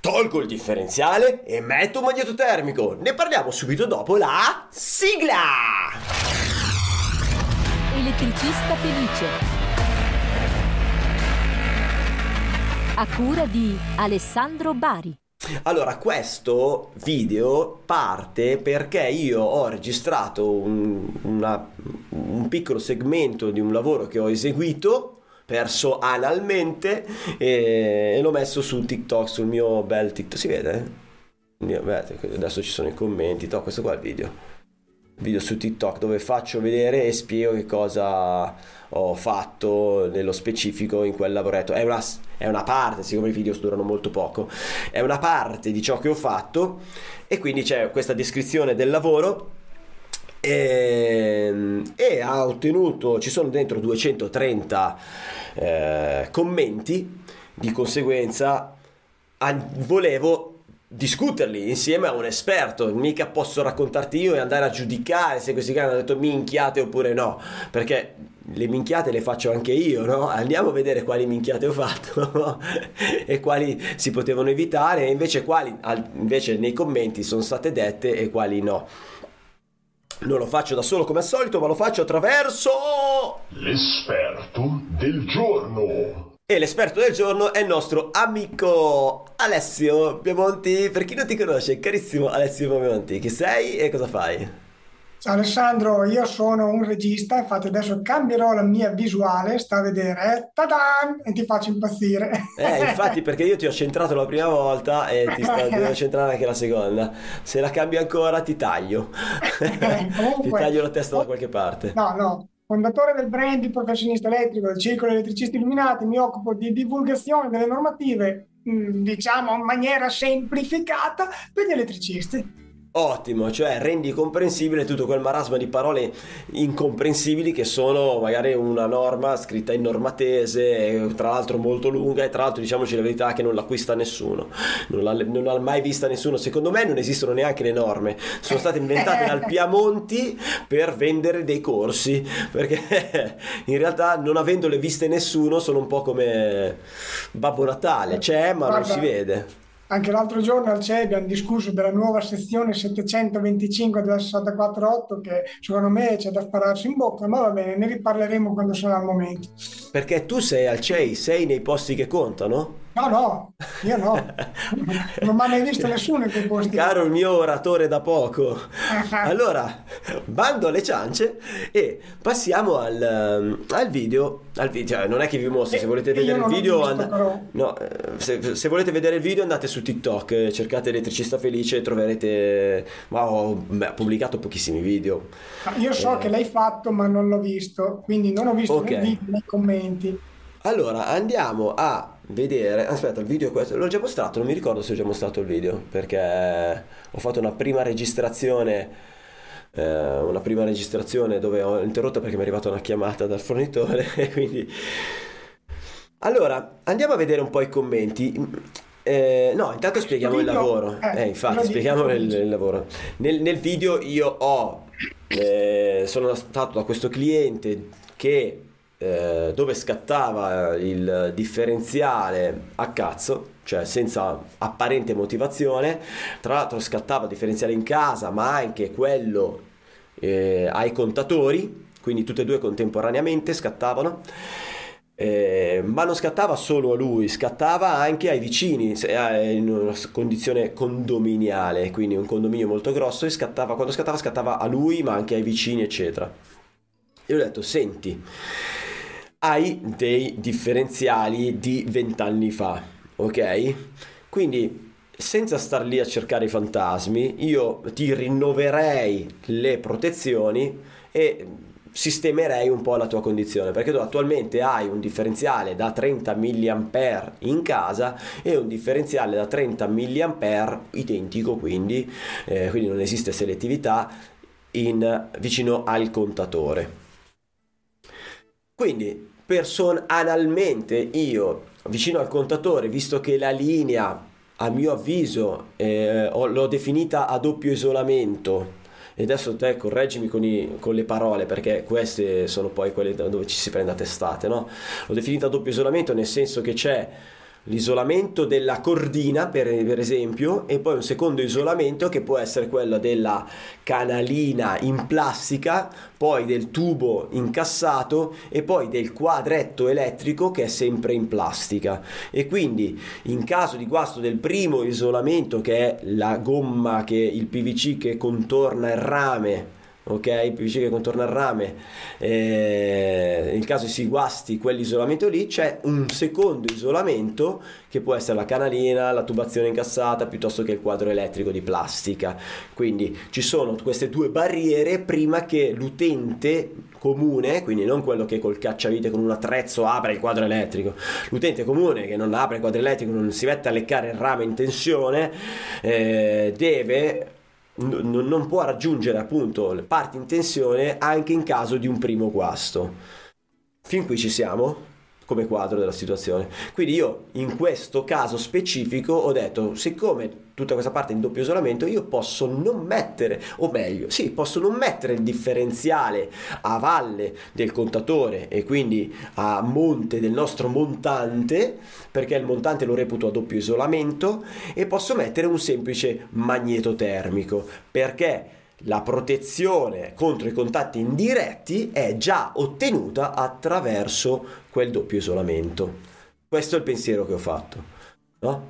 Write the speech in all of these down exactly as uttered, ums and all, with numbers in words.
tolgo il differenziale e metto un magnetotermico. Ne parliamo subito dopo la sigla. Elettricista felice, a cura di Alessandro Bari. Allora, questo video parte perché io ho registrato un, una, un piccolo segmento di un lavoro che ho eseguito, perso analmente, e, e l'ho messo su TikTok, sul mio bel TikTok. Si vede? Adesso ci sono i commenti. No, questo qua è il video. Video su TikTok dove faccio vedere e spiego che cosa ho fatto nello specifico in quel lavoretto. È una, è una parte, siccome i video durano molto poco, è una parte di ciò che ho fatto, e quindi c'è questa descrizione del lavoro. E, e ha ottenuto, ci sono dentro duecentotrenta eh, commenti. Di conseguenza a, volevo discuterli insieme a un esperto. Mica posso raccontarti io e andare a giudicare se questi cani hanno detto minchiate oppure no, perché le minchiate le faccio anche io, no? Andiamo a vedere quali minchiate ho fatto e quali si potevano evitare, e invece quali invece nei commenti sono state dette e quali no. Non lo faccio da solo come al solito, ma lo faccio attraverso l'esperto del giorno. E l'esperto del giorno è il nostro amico Alessio Piemonti. Per chi non ti conosce, carissimo Alessio Piemonti, chi sei e cosa fai? Ciao Alessandro, io sono un regista, infatti adesso cambierò la mia visuale, sta a vedere, ta-dan, e ti faccio impazzire. Eh, infatti, perché io ti ho centrato la prima volta e ti sto, devo centrare anche la seconda. Se la cambi ancora ti taglio. Comunque, ti taglio la testa da qualche parte. No, no. Fondatore del brand di professionista elettrico del Circolo Elettricisti Illuminati, mi occupo di divulgazione delle normative, diciamo in maniera semplificata, per gli elettricisti. Ottimo, cioè rendi comprensibile tutto quel marasma di parole incomprensibili che sono magari una norma scritta in normatese, tra l'altro molto lunga, e tra l'altro diciamoci la verità che non l'acquista nessuno, non l'ha, non l'ha mai vista nessuno. Secondo me non esistono neanche le norme, sono state inventate dal Piamonti per vendere dei corsi, perché in realtà non avendole viste nessuno sono un po' come Babbo Natale, c'è ma non si vede. Anche l'altro giorno al C E I abbiamo discusso della nuova sezione settecentoventicinque della sessantaquattro otto, che secondo me c'è da spararsi in bocca, ma va bene, ne riparleremo quando sarà il momento. Perché tu sei al C E I, sei nei posti che contano? No, no, io no, non mi ha mai visto nessuno in quei posti. Caro il mio oratore da poco. Allora, bando alle ciance e passiamo al, al video. Al video. Cioè, non è che vi mostro, se volete vedere il video, visto, and... no, se, se volete vedere il video andate su TikTok, cercate Elettricista Felice e troverete. Ma ho beh, pubblicato pochissimi video. Io so eh. che l'hai fatto, ma non l'ho visto, quindi non ho visto Okay. nei video, nei commenti. Allora andiamo a vedere. Aspetta, il video è questo. L'ho già mostrato, non mi ricordo se ho già mostrato il video, perché ho fatto una prima registrazione eh, una prima registrazione dove ho interrotto perché mi è arrivata una chiamata dal fornitore e quindi allora andiamo a vedere un po' i commenti. Eh, no, intanto spieghiamo il lavoro. Eh, Eh, infatti, lo spieghiamo dico. il, il lavoro. Nel, nel video io ho eh, sono stato da questo cliente che eh, dove scattava il differenziale a cazzo, cioè senza apparente motivazione. Tra l'altro scattava il differenziale in casa, ma anche quello eh, ai contatori, quindi tutte e due contemporaneamente scattavano. Eh, ma non scattava solo a lui, scattava anche ai vicini, se- eh, in una s- condizione condominiale, quindi un condominio molto grosso, e scattava, quando scattava scattava a lui ma anche ai vicini eccetera. E ho detto: senti, hai dei differenziali di vent'anni fa, ok? Quindi senza star lì a cercare i fantasmi, io ti rinnoverei le protezioni e sistemerei un po' la tua condizione, perché tu attualmente hai un differenziale da trenta milliampere in casa e un differenziale da trenta milliampere identico, quindi, eh, quindi non esiste selettività in, vicino al contatore. Quindi personalmente io vicino al contatore, visto che la linea a mio avviso eh, ho- l'ho definita a doppio isolamento, e adesso te correggimi con, i- con le parole, perché queste sono poi quelle da- dove ci si prende a testate, no? L'ho definita a doppio isolamento nel senso che c'è l'isolamento della cordina per, per esempio, e poi un secondo isolamento che può essere quello della canalina in plastica, poi del tubo incassato e poi del quadretto elettrico che è sempre in plastica. E quindi in caso di guasto del primo isolamento, che è la gomma, che il P V C che contorna il rame, ok, il P V C che contorna il rame, eh, in caso si guasti quell'isolamento lì, c'è un secondo isolamento che può essere la canalina, la tubazione incassata, piuttosto che il quadro elettrico di plastica. Quindi ci sono queste due barriere prima che l'utente comune, quindi non quello che col cacciavite con un attrezzo apre il quadro elettrico, l'utente comune che non apre il quadro elettrico, non si mette a leccare il rame in tensione, eh, deve non può raggiungere appunto le parti in tensione anche in caso di un primo guasto. Fin qui ci siamo come quadro della situazione. Quindi io in questo caso specifico ho detto, siccome tutta questa parte è in doppio isolamento, io posso non mettere, o meglio, sì, posso non mettere il differenziale a valle del contatore e quindi a monte del nostro montante, perché il montante lo reputo a doppio isolamento, e posso mettere un semplice magneto termico, perché la protezione contro i contatti indiretti è già ottenuta attraverso quel doppio isolamento. Questo è il pensiero che ho fatto, no?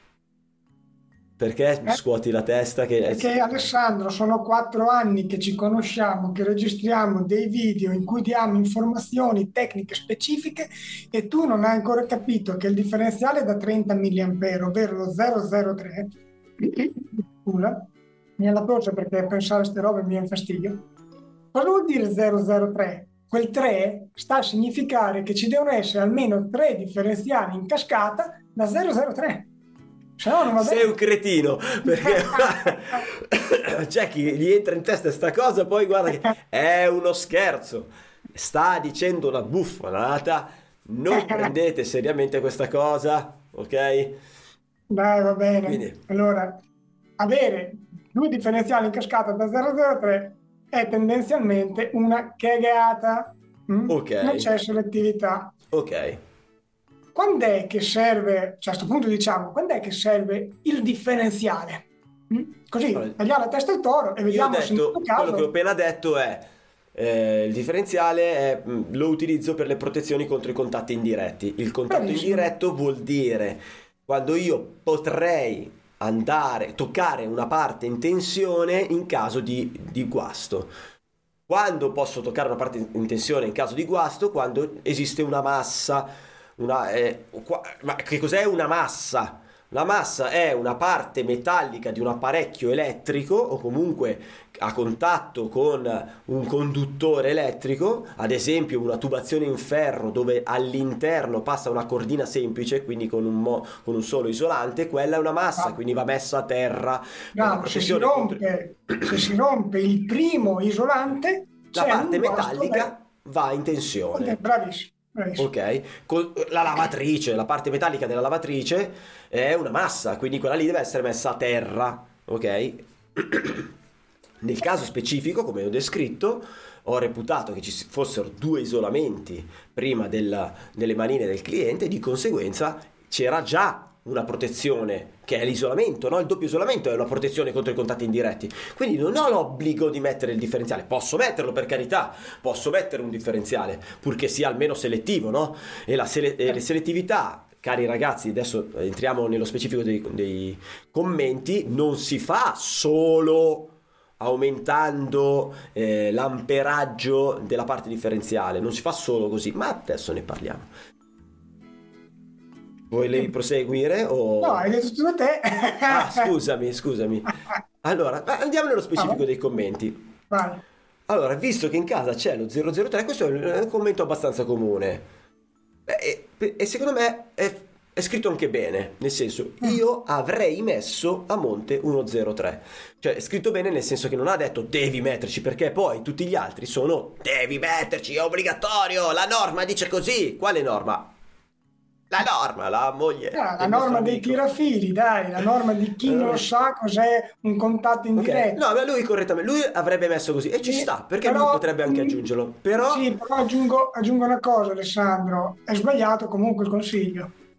Perché Eh, scuoti la testa che... Perché Alessandro, sono quattro anni che ci conosciamo, che registriamo dei video in cui diamo informazioni tecniche specifiche e tu non hai ancora capito che il differenziale da trenta milliampere, ovvero lo zero zero tre, scusa, mi è la tosse perché pensare a ste robe mi è fastidio. Cosa vuol dire zero zero tre? Quel tre sta a significare che ci devono essere almeno tre differenziali in cascata da zero zero tre. Se no non va bene. Sei un cretino, perché c'è chi gli entra in testa sta cosa, poi guarda che è uno scherzo, sta dicendo una buffonata, non prendete seriamente questa cosa, ok? Dai, va bene. Quindi... Allora, avere due differenziali in cascata da zero zero tre è tendenzialmente una cagata. Mm? Ok. Non c'è selettività. Ok. Quando è che serve, cioè a questo punto diciamo, quando è che serve il differenziale? Mm? Così, Allora, tagliamo la testa al toro e io ho vediamo se in detto, questo caso... quello che ho appena detto è eh, il differenziale è, mh, lo utilizzo per le protezioni contro i contatti indiretti. Il contatto Benissimo. indiretto vuol dire quando io potrei andare, toccare una parte in tensione in caso di, di guasto. Quando posso toccare una parte in tensione in caso di guasto? Quando esiste una massa. Una, eh, qua, ma che cos'è una massa? La massa è una parte metallica di un apparecchio elettrico o comunque a contatto con un conduttore elettrico, ad esempio una tubazione in ferro dove all'interno passa una cordina semplice, quindi con un, mo- con un solo isolante. Quella è una massa, Ah. quindi va messa a terra. No, se si, rompe, se si rompe il primo isolante, la c'è parte un guasto metallica va in del- tensione. Bravissimo, bravissimo. Ok, Con- la lavatrice, la parte metallica della lavatrice è una massa, quindi quella lì deve essere messa a terra, ok? Nel caso specifico, come ho descritto, ho reputato che ci fossero due isolamenti prima della- delle manine del cliente, di conseguenza c'era già una protezione che è l'isolamento, no? Il doppio isolamento è una protezione contro i contatti indiretti, quindi non ho l'obbligo di mettere il differenziale. Posso metterlo, per carità, posso mettere un differenziale purché sia almeno selettivo, no? E la sele- e le selettività, cari ragazzi, adesso entriamo nello specifico dei, dei commenti, non si fa solo aumentando eh, l'amperaggio della parte differenziale, non si fa solo così, ma adesso ne parliamo. Vuoi lei proseguire o... No, hai detto tu te. Ah, scusami, scusami. Allora, andiamo nello specifico Ah, dei commenti. vai. Allora, visto che in casa c'è lo zero zero tre, questo è un commento abbastanza comune. Beh, e, e secondo me è, è scritto anche bene, nel senso, io avrei messo a monte uno zero tre. Cioè, è scritto bene nel senso che non ha detto devi metterci, perché poi tutti gli altri sono devi metterci, è obbligatorio, la norma dice così. Quale norma? La norma, la moglie. Ah, la del nostro norma dei amico. tirafili, dai, la norma di chi non sa cos'è un contatto Ok, indiretto. no, ma lui correttamente, lui avrebbe messo così e ci Sì, sta, perché però- lui potrebbe anche aggiungerlo. Però Sì, però aggiungo, aggiungo una cosa, Alessandro, è sbagliato comunque il consiglio.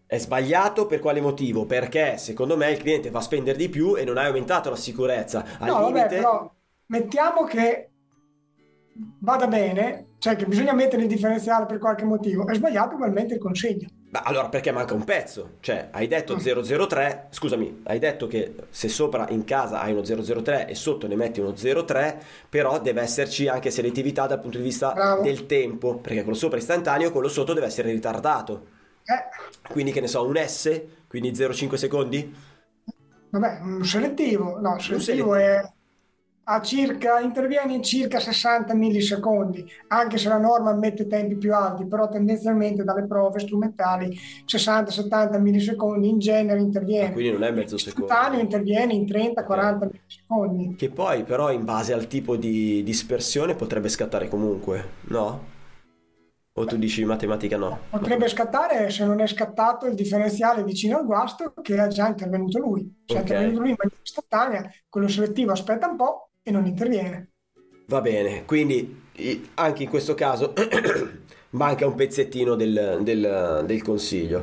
È sbagliato per quale motivo? Perché secondo me il cliente va a spendere di più e non hai aumentato la sicurezza. Al No, vabbè, limite, però mettiamo che vada bene, cioè che bisogna mettere il differenziale per qualche motivo, è sbagliato ugualmente il consiglio. ma allora perché manca un pezzo? Cioè, hai detto Mm. zero zero tre, scusami, hai detto che se sopra in casa hai uno zero zero tre e sotto ne metti uno zero tre, però deve esserci anche selettività dal punto di vista Bravo. del tempo, perché quello sopra è istantaneo, quello sotto deve essere ritardato. Eh, Quindi che ne so, un S, quindi zero virgola cinque secondi? vabbè, un selettivo, no, il Un selettivo selettivo. è a circa, interviene in circa sessanta millisecondi, anche se la norma ammette tempi più alti, però tendenzialmente dalle prove strumentali sessanta settanta millisecondi in genere Ah, interviene. quindi non è mezzo Istantaneo secondo. interviene in trenta Ok. quaranta millisecondi. Che poi però in base al tipo di dispersione potrebbe scattare comunque, no? O tu dici matematica no? Potrebbe scattare se non è scattato il differenziale vicino al guasto che è già intervenuto lui. Se è Ok, intervenuto lui in maniera istantanea, quello selettivo aspetta un po' e non interviene. va bene. Quindi i- anche in questo caso manca un pezzettino del, del- del consiglio.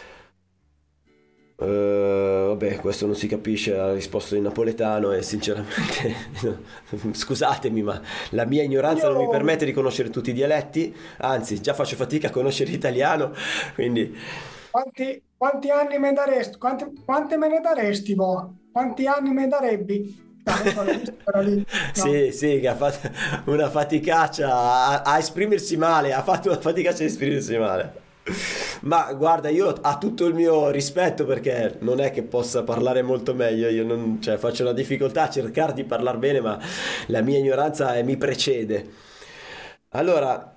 Eh, vabbè, questo non si capisce, ha risposto in napoletano e sinceramente scusatemi, ma la mia ignoranza non mi Io permette di conoscere tutti i dialetti, anzi, già faccio fatica a conoscere l'italiano, quindi quanti, quanti anni me daresti? Quanti, quante me ne daresti, boh? Quanti anni me darebbi? No, non so, l'hai visto però lì? No. sì, sì, che ha fatto una faticaccia a, a esprimersi male, ha fatto una faticaccia a esprimersi male. Ma guarda, io ho tutto il mio rispetto perché non è che possa parlare molto meglio, io non, cioè, faccio una difficoltà a cercare di parlare bene, ma la mia ignoranza eh, mi precede. Allora,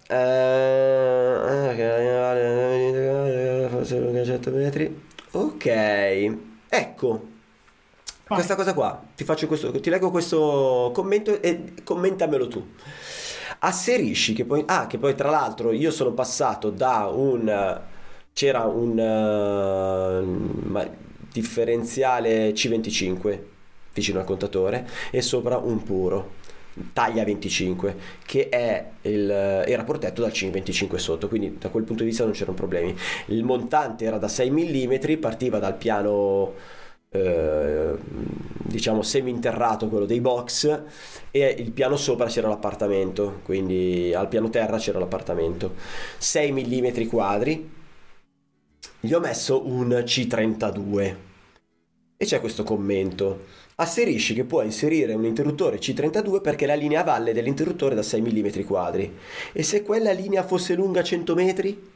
eh, cento metri. Ok, ecco, Vai. questa cosa qua, ti faccio questo, ti leggo questo commento e commentamelo tu. Asserisci che poi, ah, che poi tra l'altro io sono passato da un, c'era un eh, ma- differenziale C venticinque vicino al contatore e sopra un puro taglia venticinque che è il, era protetto dal C venticinque sotto, quindi da quel punto di vista non c'erano problemi. Il montante era da sei millimetri, partiva dal piano eh, diciamo semi-interrato, quello dei box, e il piano sopra c'era l'appartamento, quindi al piano terra c'era l'appartamento. sei millimetri quadri, gli ho messo un C trentadue e c'è questo commento. Asserisci che puoi inserire un interruttore C trentadue perché la linea a valle dell'interruttore è da sei millimetri quadri. E se quella linea fosse lunga cento metri?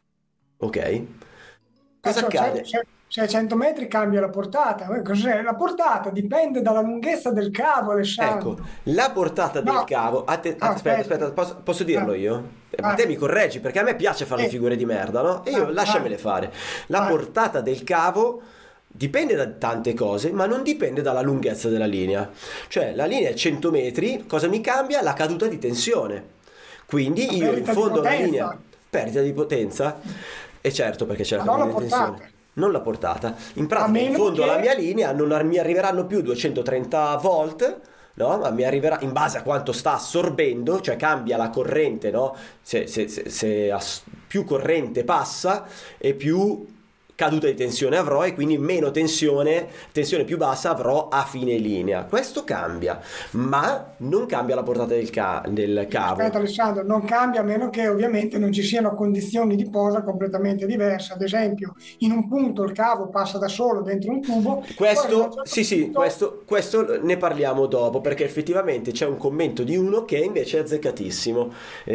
Ok. Cosa Adesso, se, accade? se- se a cento metri cambia la portata. Eh, cos'è? La portata dipende dalla lunghezza del cavo, Ecco, Alessandro. la portata del No, cavo. atte- ah, aspetta, aspetta. aspetta, posso, posso dirlo Ah, io? Eh, Ma vai. te mi correggi perché a me piace fare le Sì. figure di merda, no? E io Vai, lasciamele vai, fare. La vai. portata del cavo dipende da tante cose, ma non dipende dalla lunghezza della linea. Cioè, la linea è cento metri, cosa mi cambia? La caduta di tensione. Quindi La io in perdita di fondo alla linea, potenza, perdita di potenza, e certo perché c'è la ma non caduta la di tensione. portata. Non la portata. In A pratica, in meno fondo alla mia che... linea non ar- mi arriveranno più duecentotrenta volt, no? Ma mi arriverà in base a quanto sta assorbendo, cioè cambia la corrente, no? Se, se- se- se ass- più corrente passa e più caduta di tensione avrò e quindi meno tensione, tensione più bassa avrò a fine linea. Questo cambia, ma non cambia la portata del, ca- del Aspetta cavo. Alessandro, non cambia a meno che ovviamente non ci siano condizioni di posa completamente diverse. Ad esempio, in un punto il cavo passa da solo dentro un tubo, poi ad un Questo, certo sì, sì, punto... questo, questo ne parliamo dopo perché effettivamente c'è un commento di uno che invece è azzeccatissimo.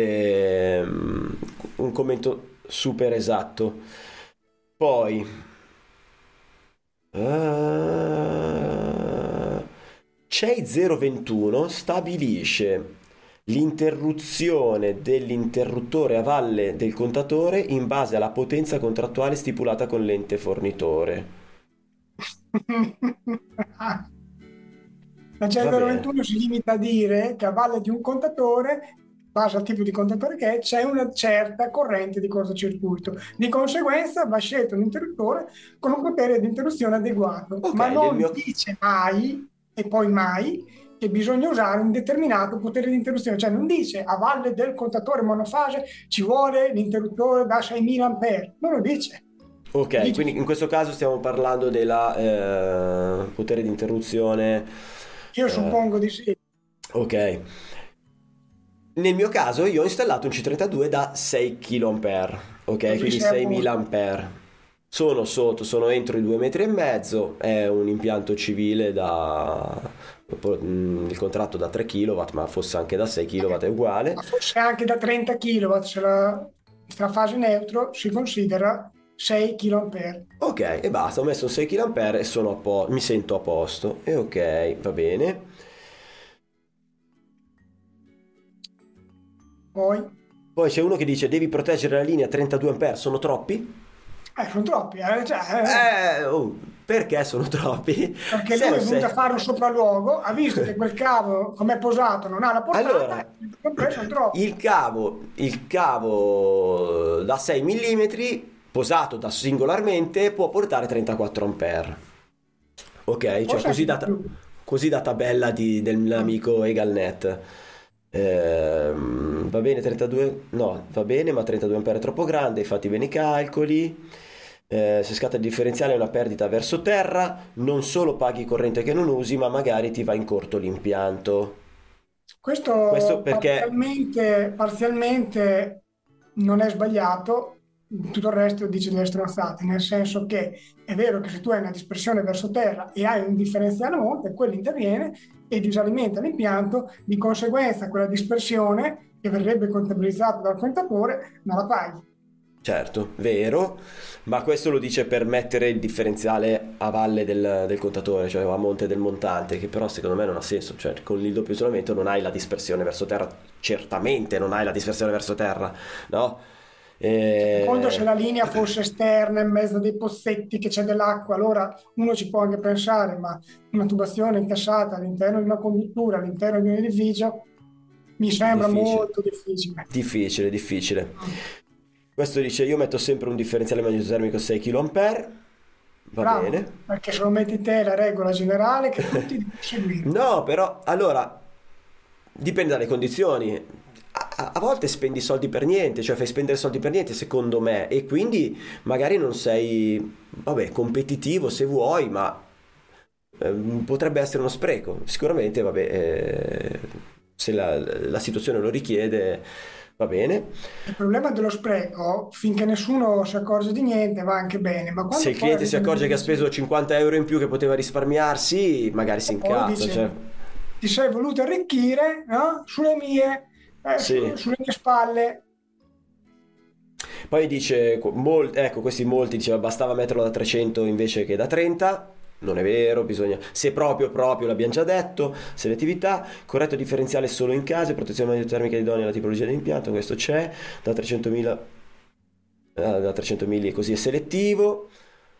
Ehm, un commento super esatto. Poi, eh, CEI zero ventuno stabilisce l'interruzione dell'interruttore a valle del contatore in base alla potenza contrattuale stipulata con l'ente fornitore. La Va bene. C E zero ventuno si limita a dire che a valle di un contatore, in base al tipo di contatore che è, c'è una certa corrente di cortocircuito. Di conseguenza va scelto un interruttore con un potere di interruzione adeguato, Ok, ma nel non mio... dice mai e poi mai che bisogna usare un determinato potere di interruzione, cioè non dice a valle del contatore monofase ci vuole l'interruttore da seimila ampere, non lo dice. Ok, Dici- quindi in questo caso stiamo parlando della eh, potere di interruzione. Io eh, suppongo di sì. ok. Nel mio caso io ho installato un C trentadue da sei chiloampere, ok? Così Quindi sei a seimila posto. ampere. Sono sotto, sono entro i due metri e mezzo, è un impianto civile da... mm, il contratto da tre chilowatt, ma fosse anche da sei chilowatt è uguale. Ma forse anche da trenta chilowatt, se la, se la fase neutro si considera sei chiloampere. Ok, e basta, ho messo sei chiloampere e sono a po- mi sento a posto. E ok, va bene. Poi, Poi c'è uno che dice devi proteggere la linea trentadue ampere, sono troppi? eh, sono troppi, eh, cioè, eh, Eh, oh, perché sono troppi? perché Se lui non è venuto a sei... fare un sopralluogo, ha visto che quel cavo, come è posato, non ha la portata, Allora, e per sono troppi. il cavo, il cavo da sei millimetri posato da singolarmente può portare trentaquattro ampere. Ok, cioè Forse così anche da, di più. così da tabella di- dell'amico Egalnet. Ehm, va bene trentadue? No, va bene, ma trentadue ampere è troppo grande, fatti bene i calcoli. Eh, se scatta il differenziale è una perdita verso terra, non solo paghi corrente che non usi, ma magari ti va in corto l'impianto. Questo Questo perché parzialmente, parzialmente non è sbagliato, tutto il resto dice delle stronzate, nel senso che è vero che se tu hai una dispersione verso terra e hai un differenziale a monte, quello interviene e disalimenta l'impianto, di conseguenza quella dispersione che verrebbe contabilizzata dal contatore non la paghi. certo, vero, ma questo lo dice per mettere il differenziale a valle del, del contatore, cioè a monte del montante, che però secondo me non ha senso, cioè con il doppio isolamento non hai la dispersione verso terra, certamente non hai la dispersione verso terra, no? Secondo se E... la linea fosse esterna in mezzo a dei pozzetti che c'è dell'acqua, allora uno ci può anche pensare, ma una tubazione incassata all'interno di una conduttura, all'interno di un edificio, mi sembra Difficile, molto difficile. difficile, difficile. Questo dice io metto sempre un differenziale magnetotermico sei chiloampere, va Bravo, bene. perché se lo metti te la regola generale che tutti devono seguire. No, però allora dipende dalle condizioni. A, a- a volte spendi soldi per niente, cioè fai spendere soldi per niente, secondo me, e quindi magari non sei, vabbè, competitivo se vuoi, ma ehm, potrebbe essere uno spreco. Sicuramente, vabbè, eh, se la, la situazione lo richiede, va bene. Il problema dello spreco, finché nessuno si accorge di niente, va anche bene, ma Se quando il poi cliente si arrivano accorge dei che ha speso cinquanta euro in più che poteva risparmiarsi, magari si e poi incazza, cioè, dice ti sei voluto arricchire, no? Sulle mie, eh, sì. su- sulle mie spalle. Poi dice, mol- ecco, questi molti diceva bastava metterlo da trecento invece che da trenta. Non è vero, bisogna, se proprio proprio l'abbiamo già detto, selettività, corretto differenziale solo in case, protezione magnetotermica idonea alla tipologia di impianto, questo c'è, da trecentomila, eh, da trecento milli così è selettivo.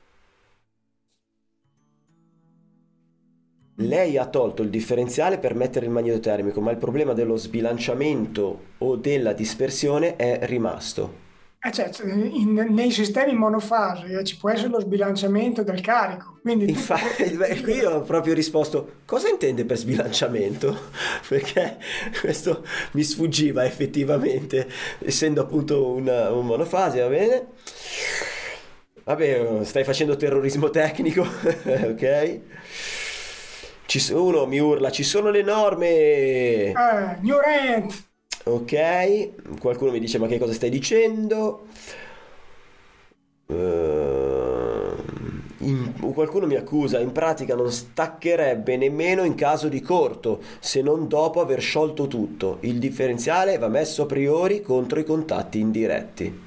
Lei ha tolto il differenziale per mettere il magnetotermico, ma il problema dello sbilanciamento o della dispersione è rimasto. Eh, cioè, cioè, in- nei sistemi monofase eh, ci può essere lo sbilanciamento del carico, quindi tutto Infatti, beh, qui io ho proprio risposto, cosa intende per sbilanciamento? Perché questo mi sfuggiva effettivamente, essendo appunto una- un monofase, va bene? Vabbè, stai facendo terrorismo tecnico, ok? Ci so- uno mi urla, ci sono le norme! eh, New Rent. Ok, qualcuno mi dice ma che cosa stai dicendo? Ehm, in- qualcuno mi accusa, in pratica non staccherebbe nemmeno in caso di corto, se non dopo aver sciolto tutto. Il differenziale va messo a priori contro i contatti indiretti.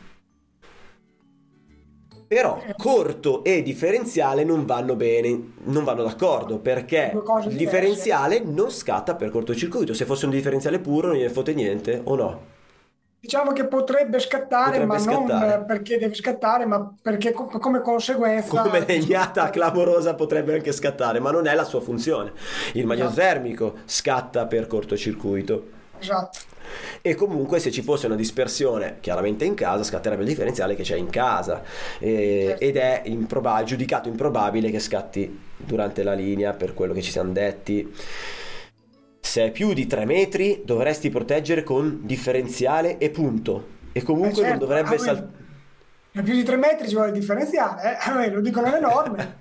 Però Eh, corto e differenziale non vanno bene, non vanno d'accordo due perché cose il diverse. differenziale non scatta per cortocircuito. Se fosse un differenziale puro non gliene fotte niente o no? Diciamo che potrebbe scattare, ma Potrebbe non eh, scattare. perché deve scattare, ma perché co- come conseguenza Come di legnata scattare. clamorosa potrebbe anche scattare, ma non è la sua funzione. Il Esatto, magnetotermico scatta per cortocircuito. esatto. E comunque se ci fosse una dispersione chiaramente in casa scatterebbe il differenziale che c'è in casa. E- Certo. ed è improba- giudicato improbabile che scatti durante la linea per quello che ci siamo detti. Se è più di tre metri dovresti proteggere con differenziale e punto, e Eh, comunque non certo, ah, dovrebbe quindi saltare. A più di tre metri ci vuole il differenziale, eh? Lo dicono le norme.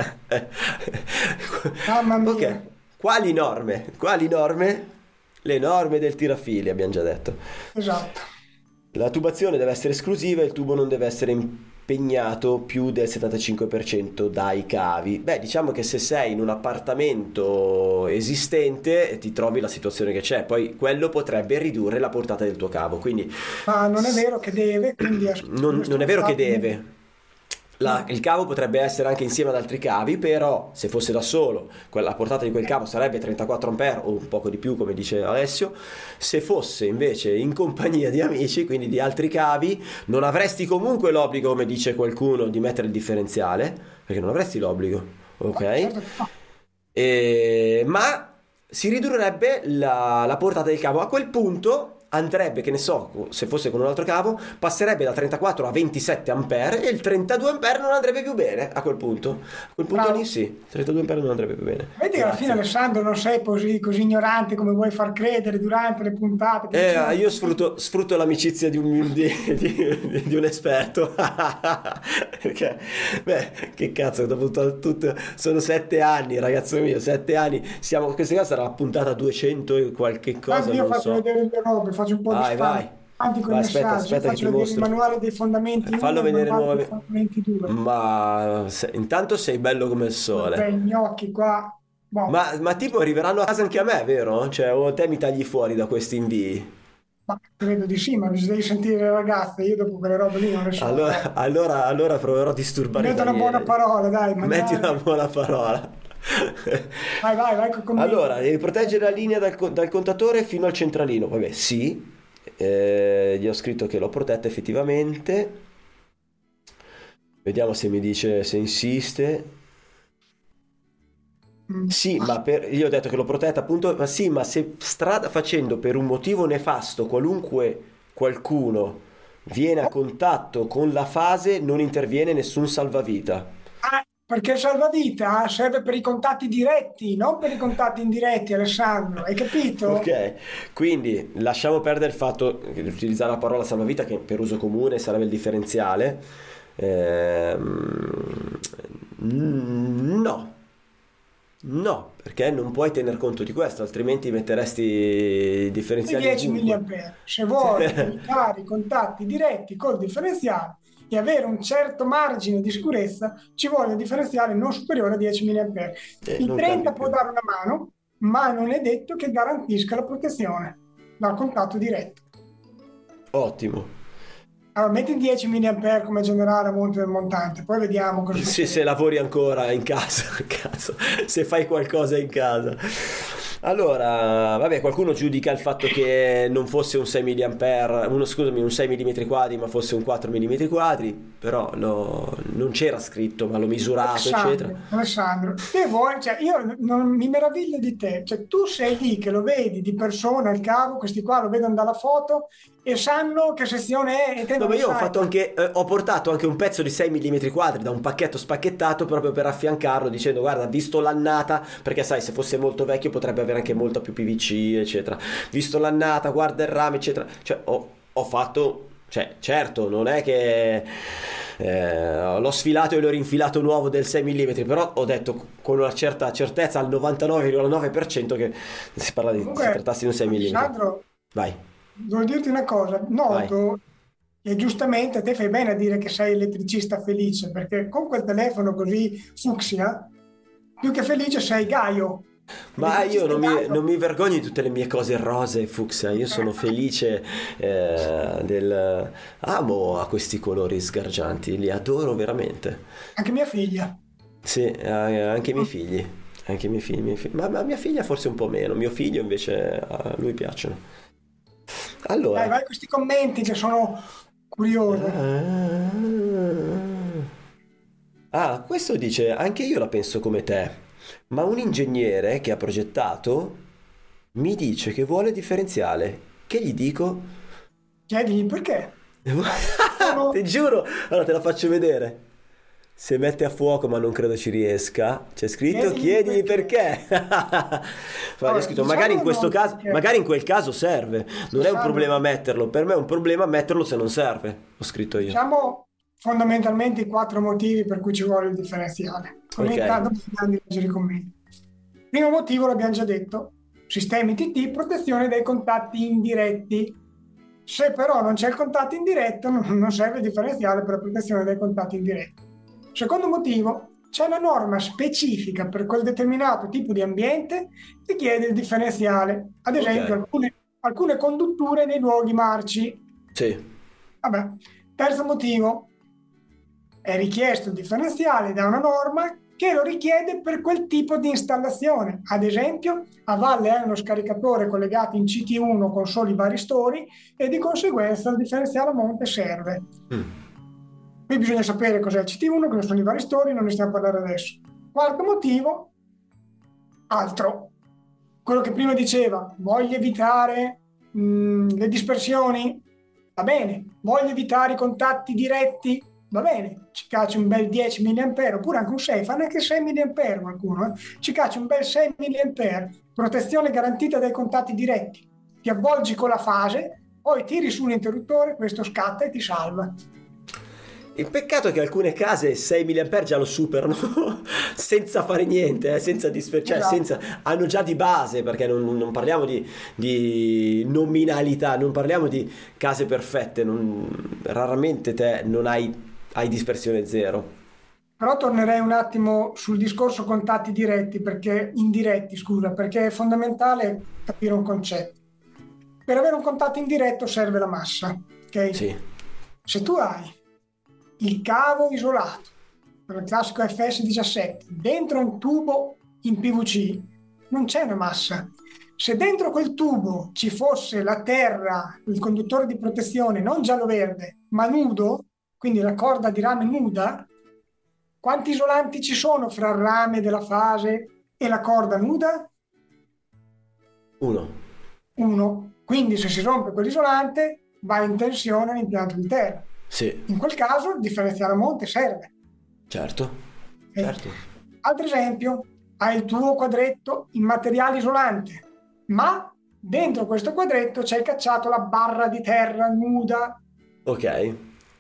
Mamma mia. Ok, quali norme? Quali norme? Le norme del tirafili, abbiamo già detto. Esatto. La tubazione deve essere esclusiva e il tubo non deve essere impegnato più del settantacinque per cento dai cavi. Beh, diciamo che se sei in un appartamento esistente ti trovi la situazione che c'è, poi quello potrebbe ridurre la portata del tuo cavo, quindi Ma non è vero che deve, quindi non, non è vero che deve. La- il cavo potrebbe essere anche insieme ad altri cavi, però se fosse da solo, quella- la portata di quel cavo sarebbe trentaquattro ampere o un poco di più, come dice Alessio. Se fosse invece in compagnia di amici, quindi di altri cavi, non avresti comunque l'obbligo, come dice qualcuno, di mettere il differenziale, perché non avresti l'obbligo, ok? E- ma si ridurrebbe la, la portata del cavo. A quel punto andrebbe, che ne so, se fosse con un altro cavo, passerebbe da trentaquattro a ventisette ampere e il trentadue ampere non andrebbe più bene a quel punto. A quel punto Bravo. lì sì, trentadue ampere non andrebbe più bene. Vedi che alla fine, Grazie. Alessandro, non sei così, così ignorante come vuoi far credere durante le puntate. che Eh, dici- io sfrutto, sfrutto l'amicizia di un, di, di- di un esperto. Perché, beh, che cazzo, dopo to- tutto, sono sette anni, ragazzo mio, sette anni. Siamo, questa qua sarà la puntata duecento e qualche cosa, Guarda, io non faccio so. vedere le robe, faccio un po' Vai, di vai. spam, avanti con i Vai, aspetta, messaggi, aspetta che faccio ti vedere mostro. il manuale dei fondamenti uno Fallo e il vedere manuale dei nuovamente. fondamenti due. Ma se- intanto sei bello come il Beh, sole. gnocchi qua. Boh, Ma, ma tipo arriveranno a casa anche a me, vero? Cioè, o te mi tagli fuori da questi invii? ma credo di sì, ma devi sentire le ragazze, io dopo quelle robe lì non le so. dai. Allora, allora, allora proverò a Mi disturbare i metto una buona Daniele. parola, dai, Metti una magari. buona parola. Vai, vai, vai con commenti. Allora, devi proteggere la linea dal, co- dal contatore fino al centralino. Vabbè, sì. Eh, gli ho scritto che l'ho protetta effettivamente. Vediamo se mi dice se insiste. Mm. Sì, ma per, io ho detto che l'ho protetta appunto, ma sì, ma se strada facendo per un motivo nefasto qualunque qualcuno viene a contatto con la fase, non interviene nessun salvavita. Ah, perché il salvavita serve per i contatti diretti, non per i contatti indiretti, Alessandro, hai capito? Ok, quindi lasciamo perdere il fatto di utilizzare la parola salvavita, che per uso comune sarebbe il differenziale. Ehm, no. No, perché non puoi tener conto di questo, altrimenti metteresti i I differenziali dieci ovunque. milliampere. Se vuoi evitare i contatti diretti col differenziale e avere un certo margine di sicurezza, ci vuole un differenziale non superiore a dieci milliampere. Eh, Il non trenta cambia può più. dare una mano, ma non è detto che garantisca la protezione dal contatto diretto. Ottimo. Allora, metti dieci milliampere come generale a monte del montante, poi vediamo cosa Se, succede. se lavori ancora in casa, cazzo, se fai qualcosa in casa. Allora, vabbè, qualcuno giudica il fatto che non fosse un sei milliampere, uno, scusami, un sei millimetri quadri, ma fosse un quattro millimetri quadri, però no, non c'era scritto, ma l'ho misurato, eccetera. Alessandro, Alessandro, te vuoi, cioè io non mi meraviglio di te, cioè tu sei lì che lo vedi di persona il cavo, questi qua lo vedono dalla foto e sanno che sezione è e te No, non ma lo io ho sai. fatto anche, eh, ho portato anche un pezzo di sei millimetri quadri da un pacchetto spacchettato proprio per affiancarlo, dicendo guarda, visto l'annata, perché sai, se fosse molto vecchio potrebbe avere anche molta più P V C, eccetera. Visto l'annata, guarda il rame, eccetera. Cioè, ho, ho fatto, cioè, certo, non è che eh, l'ho sfilato e l'ho rinfilato nuovo del sei millimetri, però ho detto con una certa certezza al novantanove virgola nove per cento che si parla di, si Comunque, trattasse di un sei millimetri. Alessandro, Vai. devo dirti una cosa, noto che giustamente te fai bene a dire che sei elettricista felice, perché con quel telefono così fucsia, più che felice sei Gaio. Ma io non mi, Gaio. non mi vergogno di tutte le mie cose rose e fucsia, io sono felice eh, del... Amo a questi colori sgargianti, li adoro veramente. Anche mia figlia. Sì, eh, anche i miei figli, anche i miei figli, i miei figli. Ma, ma mia figlia forse un po' meno, mio figlio invece a lui piacciono. Allora... Dai, vai questi commenti che sono curioso. Ah, questo dice, anche io la penso come te, ma un ingegnere che ha progettato mi dice che vuole differenziale. Che gli dico? Chiedigli perché. Ti giuro, allora te la faccio vedere. Se mette a fuoco, ma non credo ci riesca. C'è scritto Chiedigli chiedi perché. perché. Ma Allora, è scritto, diciamo magari in no, questo caso, perché- magari in quel caso serve. Non è un Diciamo- problema metterlo. Per me è un problema metterlo se non serve. Ho scritto io. Diciamo fondamentalmente i quattro motivi per cui ci vuole il differenziale. Ok. Intanto andiamo a leggere i commenti. Primo motivo l'abbiamo già detto, sistemi T T, protezione dai contatti indiretti. Se però non c'è il contatto indiretto, non serve il differenziale per la protezione dai contatti indiretti. Secondo motivo, c'è una norma specifica per quel determinato tipo di ambiente che chiede il differenziale. Ad esempio, Ok. alcune, alcune condutture nei luoghi marci. Sì. Vabbè. Terzo motivo, è richiesto il differenziale da una norma che lo richiede per quel tipo di installazione. Ad esempio, a valle hai uno scaricatore collegato in C T uno con soli varistori e di conseguenza il differenziale a monte serve. Mm. Qui bisogna sapere cos'è il C T uno, cosa sono i varistori, non ne stiamo a parlare adesso. Quarto motivo, altro. Quello che prima diceva, voglio evitare mh, le dispersioni, va bene. Voglio evitare i contatti diretti, va bene. Ci caccia un bel dieci milliampere, oppure anche un sei, fa neanche sei milliampere qualcuno, eh? Ci caccia un bel sei milliampere, protezione garantita dai contatti diretti. Ti avvolgi con la fase, poi tiri su un interruttore, questo scatta e ti salva. Il peccato è che alcune case sei milliampere già lo superano senza fare niente, eh, senza disper- cioè Esatto. senza, hanno già di base, perché non, non parliamo di, di nominalità, non parliamo di case perfette, non- raramente te non hai, hai dispersione zero. Però tornerei un attimo sul discorso contatti diretti, perché indiretti, scusa, perché è fondamentale capire un concetto. Per avere un contatto indiretto serve la massa, ok? Sì, Se tu hai il cavo isolato, il classico F S diciassette, dentro un tubo in P V C, non c'è una massa. Se dentro quel tubo ci fosse la terra, il conduttore di protezione, non giallo-verde, ma nudo, quindi la corda di rame nuda, quanti isolanti ci sono fra il rame della fase e la corda nuda? uno. Uno. Quindi se si rompe quell'isolante, va in tensione l'impianto di terra. Sì, In quel caso il differenziale a monte serve. certo, Ok? certo. Altro esempio, hai il tuo quadretto in materiale isolante, ma dentro questo quadretto c'hai cacciato la barra di terra nuda. Ok.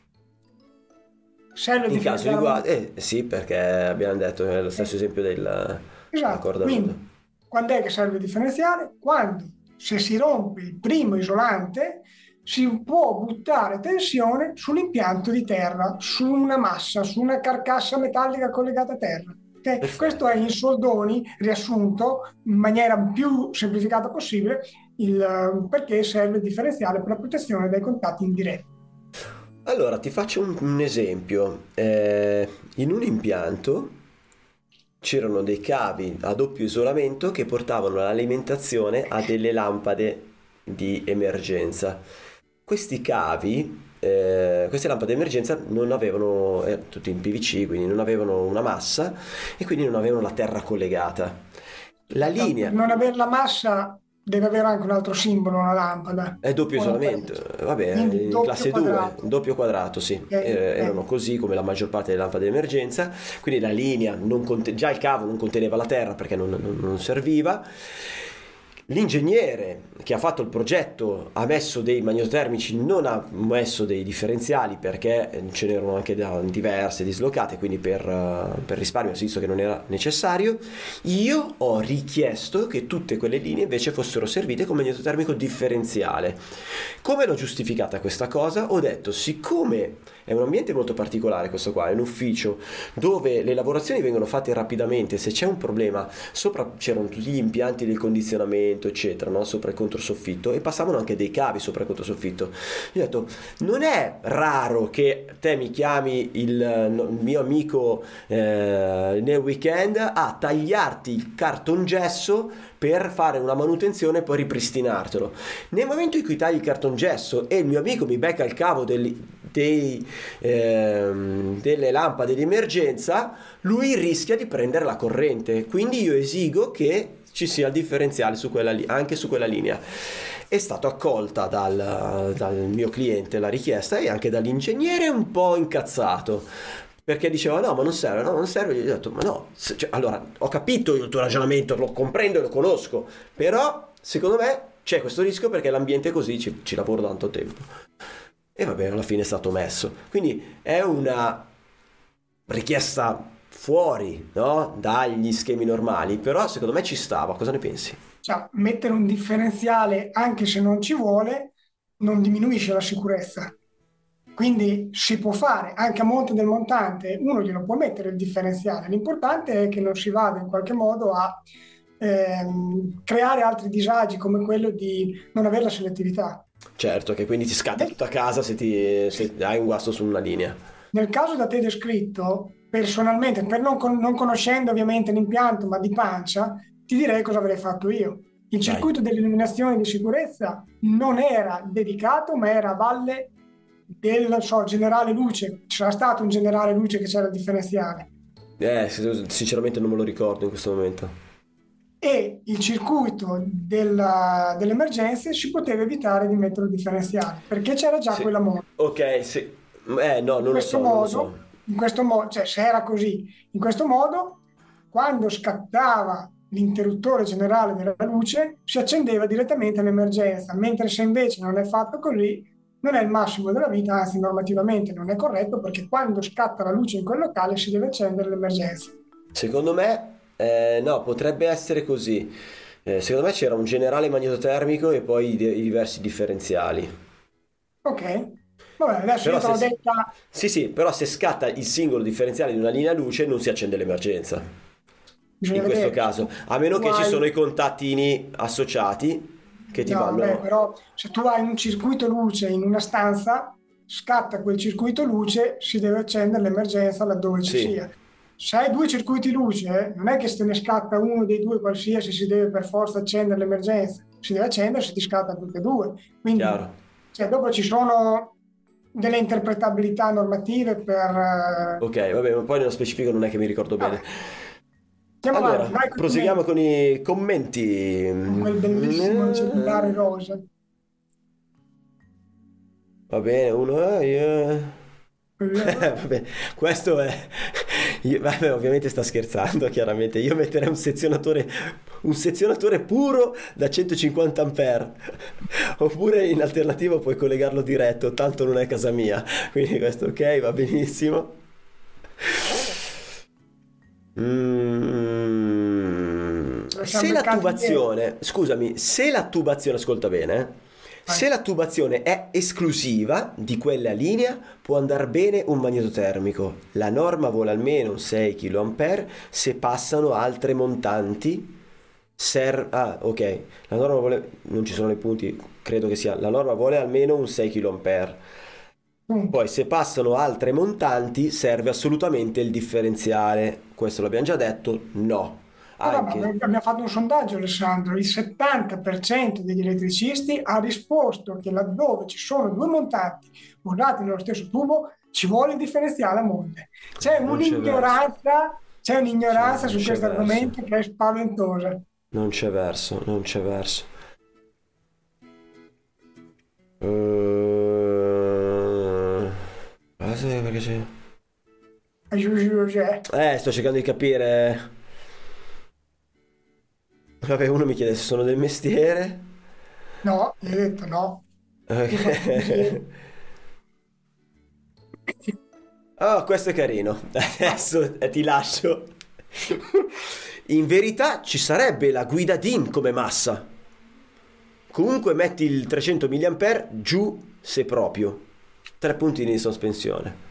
Serve il In caso differenziale a riguarda, monte. eh sì, perché abbiamo detto è lo stesso esempio del, della Esatto, corda nuda. quindi quando è che serve il differenziale? Quando, se si rompe il primo isolante, si può buttare tensione sull'impianto di terra, su una massa, su una carcassa metallica collegata a terra. Okay? Perfetto. Questo è in soldoni riassunto in maniera più semplificata possibile il eh, perché serve il differenziale per la protezione dai contatti indiretti. Allora, ti faccio un, un esempio. Eh, in un impianto c'erano dei cavi a doppio isolamento che portavano l'alimentazione a delle lampade di emergenza. Questi cavi, eh, queste lampade di emergenza non avevano, eh, tutti in P V C, quindi non avevano una massa e quindi non avevano la terra collegata. La linea Per non avere la massa deve avere anche un altro simbolo, una lampada. è doppio Una isolamento, terra. vabbè, Quindi in doppio classe quadrato. due, doppio quadrato, sì. Ok, Eh, ok. erano così come la maggior parte delle lampade di emergenza, quindi la linea, non conte- già il cavo non conteneva la terra perché non, non- non serviva. L'ingegnere che ha fatto il progetto ha messo dei magnetotermici, non ha messo dei differenziali perché ce n'erano anche da diverse dislocate, quindi per, eh, per risparmio si è visto che non era necessario. Io ho richiesto che tutte quelle linee invece fossero servite con magnetotermico differenziale. Come l'ho giustificata questa cosa? Ho detto, siccome è un ambiente molto particolare questo qua, è un ufficio dove le lavorazioni vengono fatte rapidamente, se c'è un problema, sopra c'erano tutti gli impianti del condizionamento eccetera, no? Sopra il controsoffitto, e passavano anche dei cavi sopra il controsoffitto. Io ho detto, non è raro che te mi chiami il, no, il mio amico eh, nel weekend a tagliarti il cartongesso per fare una manutenzione e poi ripristinartelo. Nel momento in cui tagli il cartongesso e il mio amico mi becca il cavo del, dei, ehm, delle lampade di emergenza, lui rischia di prendere la corrente, quindi io esigo che ci sia il differenziale su quella li- anche su quella linea. È stata accolta dal, dal mio cliente la richiesta e anche dall'ingegnere un po' incazzato, perché diceva no ma non serve, no non serve. Gli ho detto ma no, se- cioè, allora ho capito il tuo ragionamento, lo comprendo e lo conosco, però secondo me c'è questo rischio perché l'ambiente è così, ci, ci lavoro da tanto tempo. e va bene, alla fine è stato messo. Quindi è una richiesta fuori, no? Dagli schemi normali, però secondo me ci stava. Cosa ne pensi? Cioè, mettere un differenziale anche se non ci vuole non diminuisce la sicurezza. Quindi si può fare anche a monte del montante, uno glielo può mettere il differenziale. L'importante è che non si vada in qualche modo a ehm, creare altri disagi come quello di non avere la selettività. Certo, che quindi ti scatta tutta casa se, ti, se hai un guasto su una linea. Nel caso da te descritto, personalmente, per non, con- non conoscendo ovviamente l'impianto, ma di pancia, ti direi cosa avrei fatto io. Il Dai. circuito dell'illuminazione di sicurezza non era dedicato, ma era a valle del so, generale luce. C'era stato un generale luce che c'era il differenziale. Eh, sinceramente non me lo ricordo in questo momento. E il circuito della- delle emergenze si poteva evitare di mettere il differenziale perché c'era già Sì. quella moda. Ok, sì. Eh, no, non In lo questo so, non lo modo, so. in questo modo, cioè se era così, in questo modo, quando scattava l'interruttore generale della luce, si accendeva direttamente l'emergenza, mentre se invece non è fatto così, non è il massimo della vita, anzi normativamente non è corretto perché quando scatta la luce in quel locale si deve accendere l'emergenza. Secondo me, eh, no, potrebbe essere così. Eh, secondo me c'era un generale magnetotermico e poi i, i diversi differenziali. Ok? Vabbè, adesso Però io te se, l'ho detta, sì, sì, però se scatta il singolo differenziale di una linea luce non si accende l'emergenza. bisogna In questo vedere. caso, a meno Tu che ci hai- sono i contattini associati che ti No, vanno. vabbè, però se tu hai un circuito luce in una stanza, scatta quel circuito luce, si deve accendere l'emergenza laddove ci Sì, sia. Se hai due circuiti luce, non è che se ne scatta uno dei due qualsiasi si deve per forza accendere l'emergenza, si deve accendere se ti scatta tutte e due. Quindi, chiaro. cioè, dopo ci sono delle interpretabilità normative per... eh, Ok, vabbè, ma poi nello specifico non è che mi ricordo bene. Vabbè, andiamo Allora, avanti, vai con i proseguiamo commenti, con i commenti. con quel bellissimo cellulare rosa. Va bene, uno. eh, io- Vabbè, questo è. io- vabbè, ovviamente sta scherzando, chiaramente. Io metterei un sezionatore, un sezionatore puro da centocinquanta ampere. Oppure in alternativa puoi collegarlo diretto, tanto non è casa mia. Quindi questo ok, va benissimo. Mm. Lo siamo Se la beccati tubazione, scusami, se la tubazione, ascolta bene, eh, se la tubazione è esclusiva di quella linea, può andare bene un magnetotermico. La norma vuole almeno sei chiloampere se passano altre montanti. Ser- ah, ok. La norma vuole, non ci sono i punti, credo che sia. La norma vuole almeno un sei chiloampere. Punto. Poi se passano altre montanti serve assolutamente il differenziale. Questo l'abbiamo già detto, no. Però, ma Anche abbiamo fatto un sondaggio, Alessandro, il settanta per cento degli elettricisti ha risposto che laddove ci sono due montanti montati nello stesso tubo ci vuole il differenziale a monte. C'è non c'è verso. un'ignoranza, c'è un'ignoranza Sì, su non c'è questo verso. argomento che è spaventosa. Non c'è verso, non c'è verso. Uh... cosa- perché c'è- Cioè, Eh, sto cercando di capire. Vabbè, uno mi chiede se sono del mestiere. no, gli ho detto no. Ok. Oh, questo è carino. Adesso eh, ti lascio. In verità ci sarebbe la guida D I N come massa. Comunque metti il trecento milliampere giù se proprio. Tre puntini di sospensione.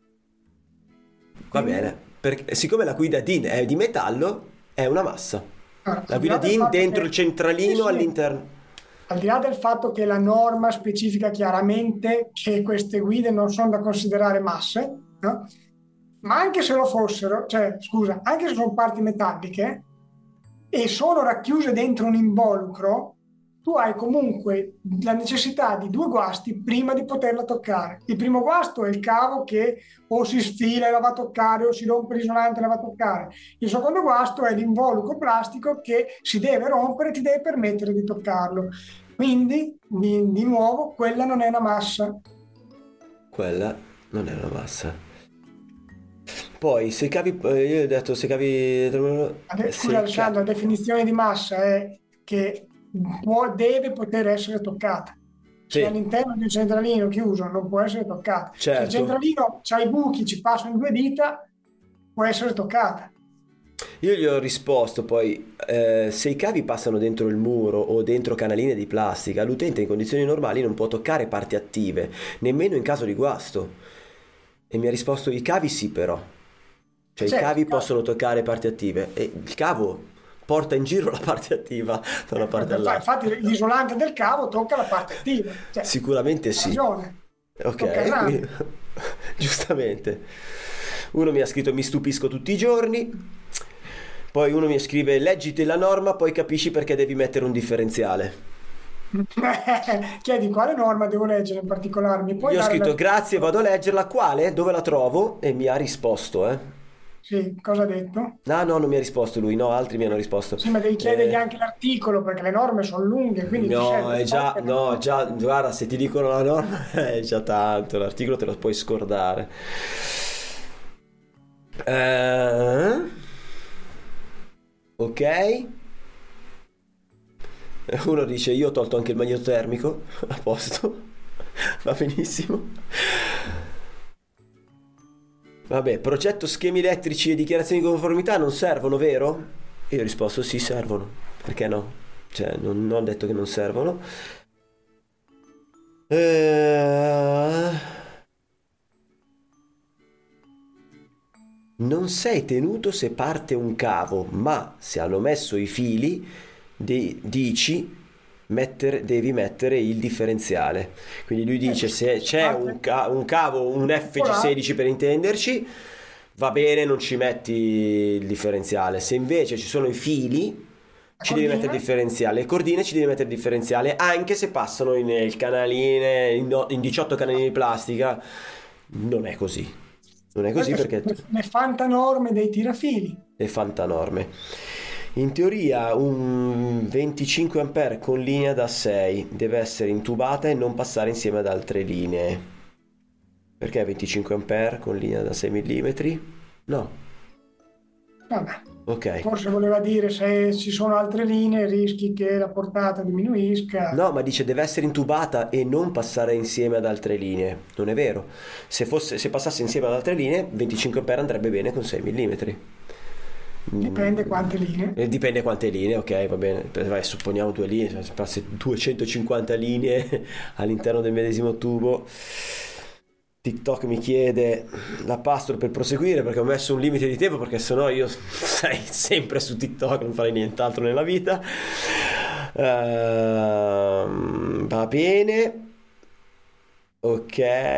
Va bene. Perché, siccome la guida D I N è di metallo, è una massa. Allora, La al di là guida del D I N fatto dentro che- il centralino Sì, sì. all'interno. Al di là del fatto che la norma specifica chiaramente che queste guide non sono da considerare masse, no? Ma anche se lo fossero, cioè scusa, anche se sono parti metalliche e sono racchiuse dentro un involucro, tu hai comunque la necessità di due guasti prima di poterla toccare. Il primo guasto è il cavo che o si sfila e la va a toccare o si rompe l'isolante e la va a toccare. Il secondo guasto è l'involucro plastico che si deve rompere e ti deve permettere di toccarlo. Quindi, di, di nuovo, quella non è una massa. Quella non è una massa. Poi se cavi, eh, io ho detto se cavi. Ade- se Scusa Alessandro, la definizione di massa è che può, deve poter essere toccata. se Sì, all'interno di un centralino chiuso non può essere toccata. Se il certo. centralino ha i buchi, ci passano due dita, può essere toccata. Io gli ho risposto poi, eh, se i cavi passano dentro il muro o dentro canaline di plastica, l'utente in condizioni normali non può toccare parti attive, nemmeno in caso di guasto. E mi ha risposto, i cavi sì però. Cioè i Certo, cavi chiaro. possono toccare parti attive e il cavo porta in giro la parte attiva da una parte all'altra. Infatti l'isolante del cavo tocca la parte attiva. Cioè, Sicuramente ha sì. ragione. Tocca il Ok, ramo. quindi, giustamente. Uno mi ha scritto mi stupisco tutti i giorni, poi uno mi scrive leggiti la norma, poi capisci perché devi mettere un differenziale. Chiedi quale norma devo leggere in particolare. Mi puoi Gli ho dare scritto grazie, l'articolo? vado a leggerla, quale? Dove la trovo? E mi ha risposto, eh. Sì, cosa ha detto? No, no, non mi ha risposto lui, no, altri mi hanno risposto. Sì, ma devi chiedergli Eh, anche l'articolo perché le norme sono lunghe, quindi ti no, serve è già, sapere. no, già, guarda, se ti dicono la norma è già tanto, l'articolo te lo puoi scordare. Eh, ok. Uno dice io ho tolto anche il bagno termico, a posto, va benissimo. Vabbè, progetto schemi elettrici e dichiarazioni di conformità non servono, vero? E io ho risposto sì, servono, perché no? Cioè, non, non ho detto che non servono. Eh, Non sei tenuto se parte un cavo, ma se hanno messo i fili, di- dici mettere- devi mettere il differenziale. Quindi lui Eh, dice se se c'è un, parte ca- un cavo, un F G popolare, sedici per intenderci, va bene, non ci metti il differenziale. Se invece ci sono i fili, la ci devi mettere il cordina, differenziale. Le cordine ci devi mettere il differenziale, anche se passano in, il canaline, in, no- in diciotto canalini di plastica. Non è così. Non è così queste sono perché le le fantanorme dei tirafili. è fantanorme. In teoria un venticinque ampere con linea da sei deve essere intubata e non passare insieme ad altre linee. Perché venticinque ampere con linea da sei millimetri? No. Vabbè, Ok. forse voleva dire se ci sono altre linee rischi che la portata diminuisca. No, ma dice deve essere intubata e non passare insieme ad altre linee. Non è vero. Se fosse, se passasse insieme ad altre linee, venticinque ampere andrebbe bene con sei millimetri. Dipende quante linee. Eh, Dipende quante linee, ok, va bene. Per- vai, supponiamo due linee, se passi duecentocinquanta linee all'interno del medesimo tubo. TikTok mi chiede la password per proseguire perché ho messo un limite di tempo perché sennò io sarei sempre su TikTok, non farei nient'altro nella vita. Ehm, va bene. Ok.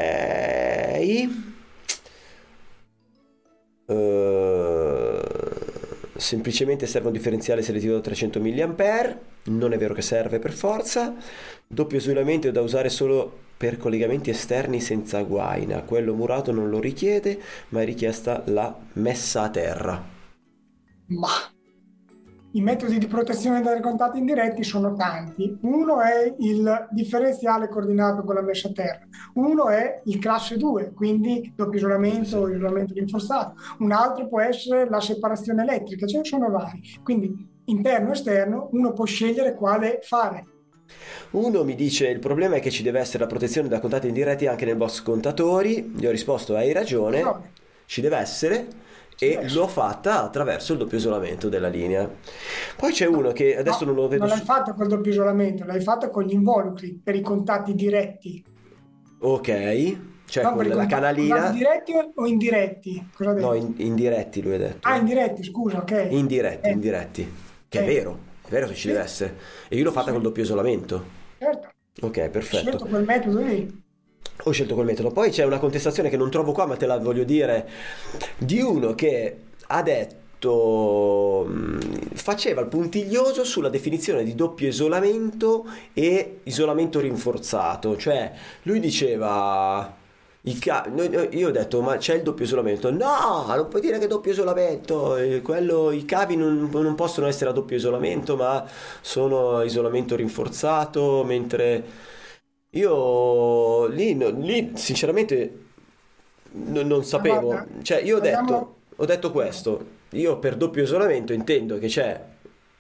Eh, semplicemente serve un differenziale selettivo da trecento milliampere. Non è vero che serve per forza. Doppio isolamento è da usare solo per collegamenti esterni senza guaina. Quello murato non lo richiede, ma è richiesta la messa a terra. Ma i metodi di protezione dai contatti indiretti sono tanti. Uno è il differenziale coordinato con la messa a terra. Uno è il classe due, quindi doppio isolamento o isolamento rinforzato. Un altro può essere la separazione elettrica, ce ne sono vari. Quindi interno e esterno, uno può scegliere quale fare. Uno mi dice il problema è che ci deve essere la protezione da contatti indiretti anche nel box contatori. Gli ho risposto hai ragione, Ragione. ci deve essere Ci e deve essere. l'ho fatta attraverso il doppio isolamento della linea. Poi c'è uno che adesso No, non lo vedo non l'hai su... fatto col doppio isolamento, l'hai fatto con gli involucri per i contatti diretti. Ok, cioè Non con per i la contatti, canalina... contatti diretti o indiretti? Cosa ha No, detto? in- indiretti lui ha detto. Ah, indiretti, scusa, ok. Indiretti, Eh, indiretti. Che è eh, vero, è vero che ci sì, deve essere. E io l'ho fatta sì, col doppio isolamento. certo. Ok, Ho perfetto. scelto quel metodo lì. Ho scelto quel metodo. Poi c'è una contestazione che non trovo qua, ma te la voglio dire, di uno che ha detto, mh, faceva il puntiglioso sulla definizione di doppio isolamento e isolamento rinforzato. Cioè, lui diceva, il ca- no, no, io ho detto, ma c'è il doppio isolamento? No, non puoi dire che è doppio isolamento. eh, Quello, i cavi non, non possono essere a doppio isolamento, ma sono a isolamento rinforzato, mentre... Io lì, no- lì sinceramente non, non Ma sapevo, guarda, cioè io ho andiamo... detto, ho detto questo, io per doppio isolamento intendo che c'è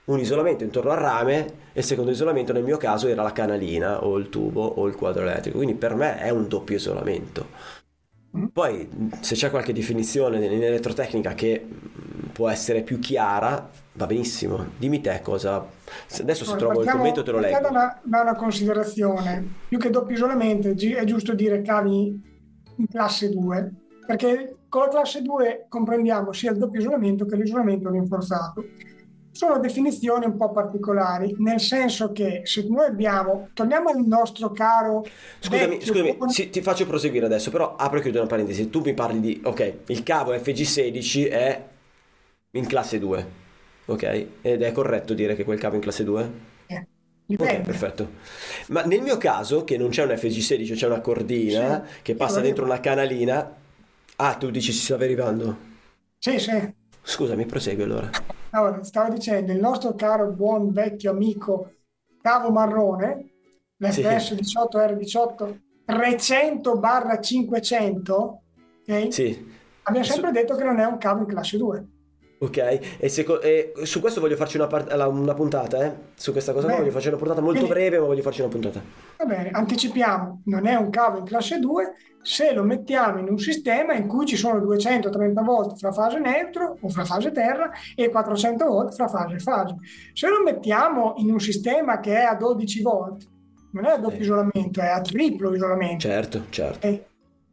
un isolamento intorno al rame e il secondo isolamento nel mio caso era la canalina o il tubo o il quadro elettrico, quindi per me è un doppio isolamento. Poi se c'è qualche definizione in elettrotecnica che può essere più chiara, va benissimo, dimmi te cosa. Adesso se trovo il commento te lo leggo. Da una, da una considerazione, più che doppio isolamento è giusto dire cavi in classe due, perché con la classe due comprendiamo sia il doppio isolamento che l'isolamento rinforzato. Sono definizioni un po' particolari, nel senso che se noi abbiamo, torniamo al nostro caro scusami, vecchio, scusami sì, ti faccio proseguire adesso, però apro e chiudo una parentesi. Tu mi parli di, ok, il cavo F G sedici è in classe due, ok? Ed è corretto dire che quel cavo è in classe due? eh, Ok, perfetto. Ma nel mio caso, che non c'è un F G sedici, c'è una cordina sì, che passa sì, dentro una canalina. Ah, tu dici si stava arrivando? Sì, sì. Scusami, prosegui allora. Allora, stavo dicendo, il nostro caro buon vecchio amico cavo marrone, l'F S diciotto R diciotto trecento cinquecento, ok? Sì. Abbiamo sempre Su- detto che non è un cavo in classe due. Ok, e, seco- e su questo voglio farci una, part- la- una puntata, eh? Su questa cosa qua Bene. voglio farci una puntata molto Quindi- breve, ma voglio farci una puntata. Va bene, anticipiamo, non è un cavo in classe due se lo mettiamo in un sistema in cui ci sono duecentotrenta volt fra fase neutro o fra fase terra e quattrocento volt fra fase e fase. Se lo mettiamo in un sistema che è a dodici volt, non è a doppio Sì. isolamento, è a triplo isolamento. Certo, certo. E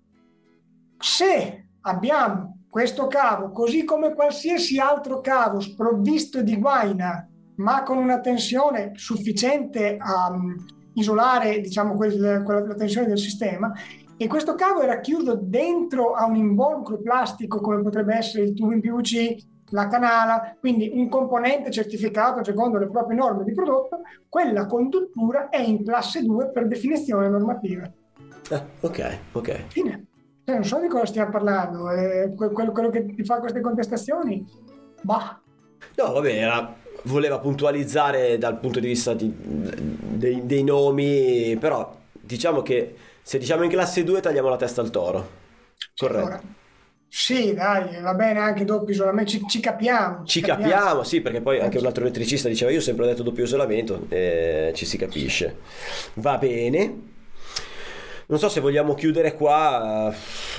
se abbiamo questo cavo, così come qualsiasi altro cavo sprovvisto di guaina, ma con una tensione sufficiente a um, isolare, diciamo, quel, quella, la tensione del sistema, e questo cavo era chiuso dentro a un involucro plastico come potrebbe essere il tubo in P V C, la canala, quindi un componente certificato secondo le proprie norme di prodotto, quella conduttura è in classe due per definizione normativa. Ah, ok, ok. Fine. Cioè, non so di cosa stiamo parlando, eh, que- quello, quello che ti fa queste contestazioni, bah. No, vabbè, era- voleva puntualizzare dal punto di vista di- dei, dei nomi, però diciamo che se diciamo in classe due tagliamo la testa al toro. Corretto. Allora, sì, dai, va bene anche doppio isolamento, ci, ci capiamo. Ci capiamo, sì, perché poi anche un altro elettricista diceva io ho sempre detto doppio isolamento, e ci si capisce. Va bene. Non so se vogliamo chiudere qua.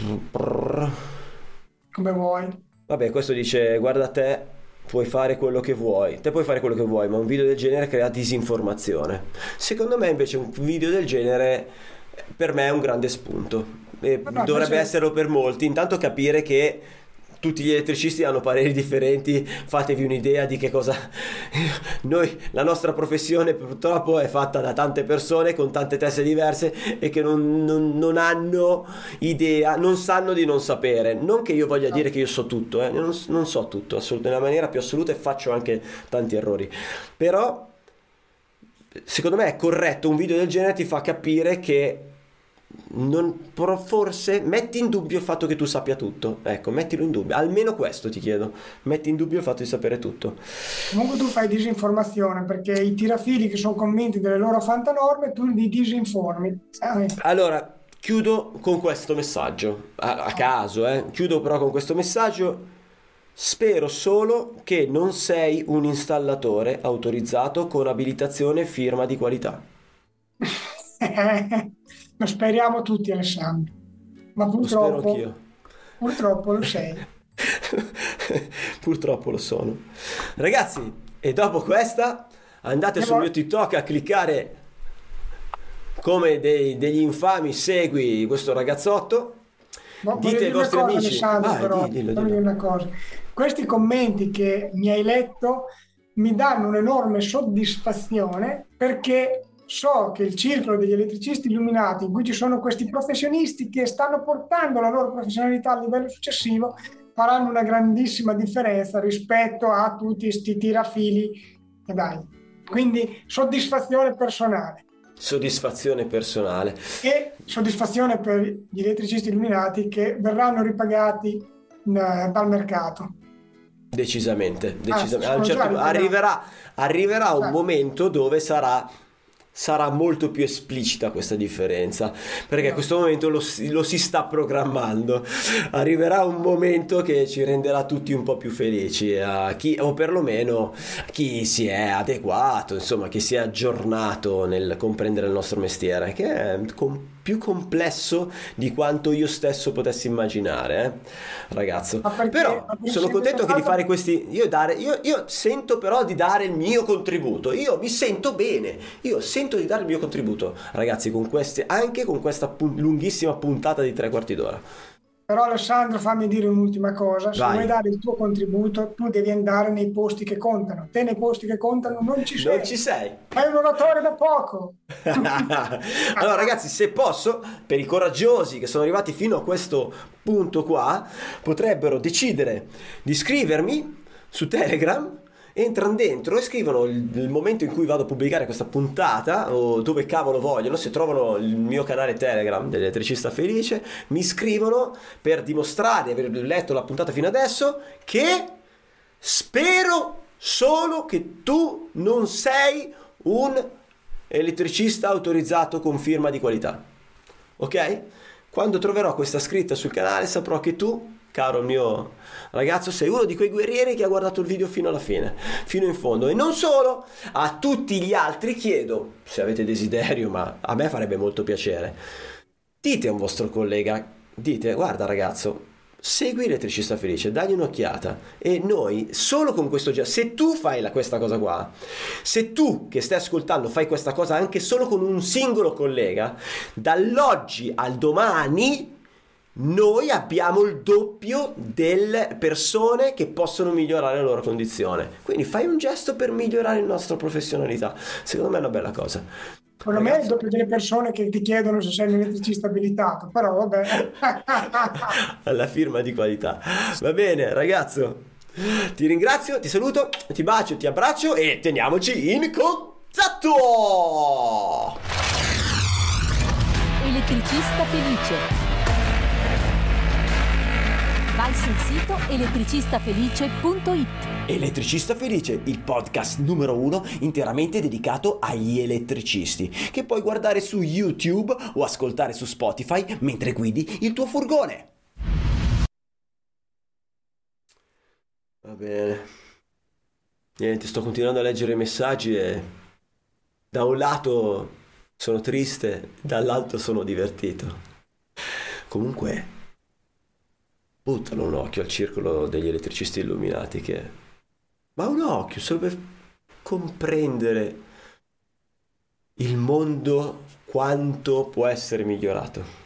Come vuoi. Vabbè, questo dice guarda te, puoi fare quello che vuoi. Te puoi fare quello che vuoi, ma un video del genere crea disinformazione. Secondo me invece un video del genere per me è un grande spunto. E Ma no, dovrebbe invece- esserlo per molti. Intanto capire che tutti gli elettricisti hanno pareri differenti, fatevi un'idea di che cosa. Noi, la nostra professione purtroppo è fatta da tante persone con tante teste diverse e che non, non- non hanno idea, non sanno di non sapere. Non che io voglia dire che io so tutto, eh. non, non so tutto, assolutamente, nella maniera più assoluta, e faccio anche tanti errori. Però, secondo me è corretto, un video del genere ti fa capire che non, però forse metti in dubbio il fatto che tu sappia tutto. Ecco, mettilo in dubbio, almeno questo ti chiedo, metti in dubbio il fatto di sapere tutto. Comunque tu fai disinformazione perché i tirafili che sono convinti delle loro fantanorme tu li disinformi. Sai? Allora, chiudo con questo messaggio, a, a caso, eh. Chiudo però con questo messaggio. Spero solo che non sei un installatore autorizzato con abilitazione e firma di qualità. Lo speriamo tutti, Alessandro. Ma Lo spero purtroppo, anch'io. purtroppo lo sei. Purtroppo lo sono. Ragazzi, e dopo questa andate E sul voi- mio TikTok a cliccare come dei- degli infami, segui questo ragazzotto. No, voglio Dite ai dire una vostri cosa, amici. Alessandro, Vai, però, di- dillo, voglio dillo. dire una cosa. Questi commenti che mi hai letto mi danno un'enorme soddisfazione perché so che il circolo degli elettricisti illuminati, in cui ci sono questi professionisti che stanno portando la loro professionalità a livello successivo, faranno una grandissima differenza rispetto a tutti questi tirafili. E dai. Quindi soddisfazione personale. Soddisfazione personale. E soddisfazione per gli elettricisti illuminati che verranno ripagati eh, dal mercato. Decisamente, Ah, decisamente. A un sono certo già punto ripagati. arriverà, arriverà un Ah. momento dove sarà sarà molto più esplicita questa differenza, perché in questo momento lo, lo si sta programmando. Arriverà un momento che ci renderà tutti un po' più felici, a chi, o perlomeno chi si è adeguato, insomma, chi si è aggiornato nel comprendere il nostro mestiere, che è com- più complesso di quanto io stesso potessi immaginare, eh? Ragazzo. perché, Però sono contento che di fare questi io, dare, io, io sento però di dare il mio contributo, io mi sento bene, io sento di dare il mio contributo, ragazzi, con queste, anche con questa pun- lunghissima puntata di tre quarti d'ora. Però Alessandro, fammi dire un'ultima cosa, se Vai. vuoi dare il tuo contributo tu devi andare nei posti che contano, te nei posti che contano non ci sei, Non ci sei. sei un oratore da poco. Allora ragazzi, se posso, per i coraggiosi che sono arrivati fino a questo punto qua, potrebbero decidere di scrivermi su Telegram, entrano dentro e scrivono il, il momento in cui vado a pubblicare questa puntata o dove cavolo vogliono, se trovano il mio canale Telegram dell'Elettricista Felice, mi scrivono per dimostrare di aver letto la puntata fino adesso, che spero solo che tu non sei un elettricista autorizzato con firma di qualità. Ok? Quando troverò questa scritta sul canale saprò che tu, caro mio ragazzo, sei uno di quei guerrieri che ha guardato il video fino alla fine, fino in fondo. E non solo, a tutti gli altri chiedo, se avete desiderio, ma a me farebbe molto piacere, dite a un vostro collega, dite: guarda ragazzo, segui Elettricista Felice, dagli un'occhiata. E noi solo con questo gesto, se tu fai la, questa cosa qua, se tu che stai ascoltando fai questa cosa anche solo con un singolo collega, dall'oggi al domani noi abbiamo il doppio delle persone che possono migliorare la loro condizione. Quindi fai un gesto per migliorare la nostra professionalità. Secondo me è una bella cosa. Secondo me è il doppio delle persone che ti chiedono se sei un elettricista abilitato, però vabbè. Alla firma di qualità. Va bene, ragazzo. Ti ringrazio, ti saluto, ti bacio, ti abbraccio e teniamoci in contatto. Elettricista Felice. Vai sul sito elettricistafelice punto it. Elettricista Felice, il podcast numero uno interamente dedicato agli elettricisti, che puoi guardare su YouTube o ascoltare su Spotify mentre guidi il tuo furgone. Va bene. Niente, sto continuando a leggere i messaggi e da un lato sono triste, dall'altro sono divertito. Comunque, buttano un occhio al circolo degli elettricisti illuminati, che... ma un occhio solo per comprendere il mondo quanto può essere migliorato.